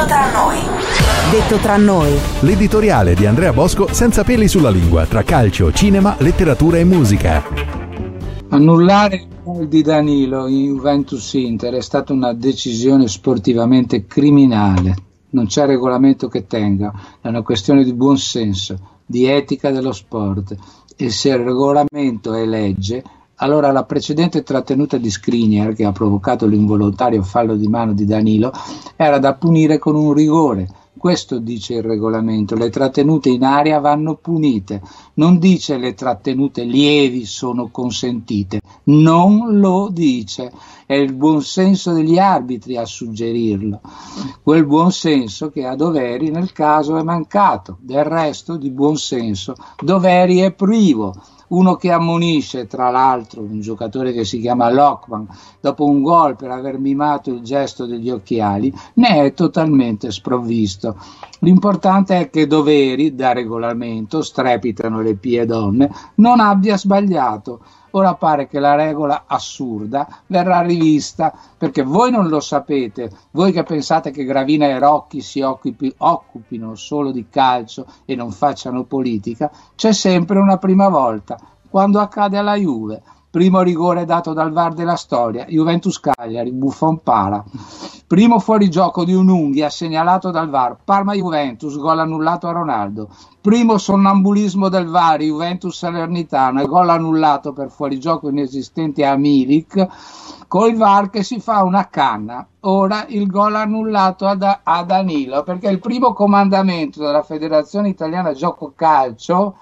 tra noi. Detto tra noi. L'editoriale di Andrea Bosco senza peli sulla lingua, tra calcio, cinema, letteratura e musica. Annullare il gol di Danilo in Juventus-Inter è stata una decisione sportivamente criminale. Non c'è regolamento che tenga, è una questione di buon senso, di etica dello sport. E se il regolamento è legge, allora la precedente trattenuta di Skriniar, che ha provocato l'involontario fallo di mano di Danilo, era da punire con un rigore. Questo dice il regolamento, le trattenute in aria vanno punite, non dice le trattenute lievi sono consentite, non lo dice, è il buonsenso degli arbitri a suggerirlo, quel buonsenso che a Doveri nel caso è mancato, del resto di buonsenso Doveri è privo. Uno che ammonisce, tra l'altro, un giocatore che si chiama Lockman, dopo un gol per aver mimato il gesto degli occhiali, ne è totalmente sprovvisto. L'importante è che Doveri, da regolamento, strepitano le pie donne, non abbia sbagliato. Ora pare che la regola assurda verrà rivista, perché voi non lo sapete, voi che pensate che Gravina e Rocchi si occupino solo di calcio e non facciano politica, c'è sempre una prima volta, quando accade alla Juve. Primo rigore dato dal VAR della storia, Juventus-Cagliari, Buffon para. Primo fuorigioco di un'unghia segnalato dal VAR, Parma-Juventus, gol annullato a Ronaldo. Primo sonnambulismo del VAR, Juventus-Salernitana, gol annullato per fuorigioco inesistente a Milik, col VAR che si fa una canna. Ora il gol annullato a Danilo, perché il primo comandamento della Federazione Italiana Gioco Calcio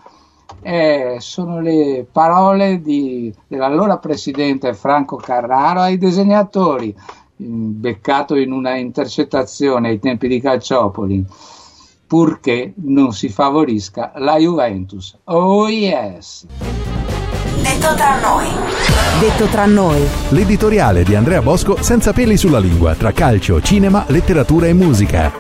sono le parole dell'allora presidente Franco Carraro ai disegnatori, beccato in una intercettazione ai tempi di Calciopoli, purché non si favorisca la Juventus. Oh yes! Detto tra noi. Detto tra noi. L'editoriale di Andrea Bosco senza peli sulla lingua, tra calcio, cinema, letteratura e musica.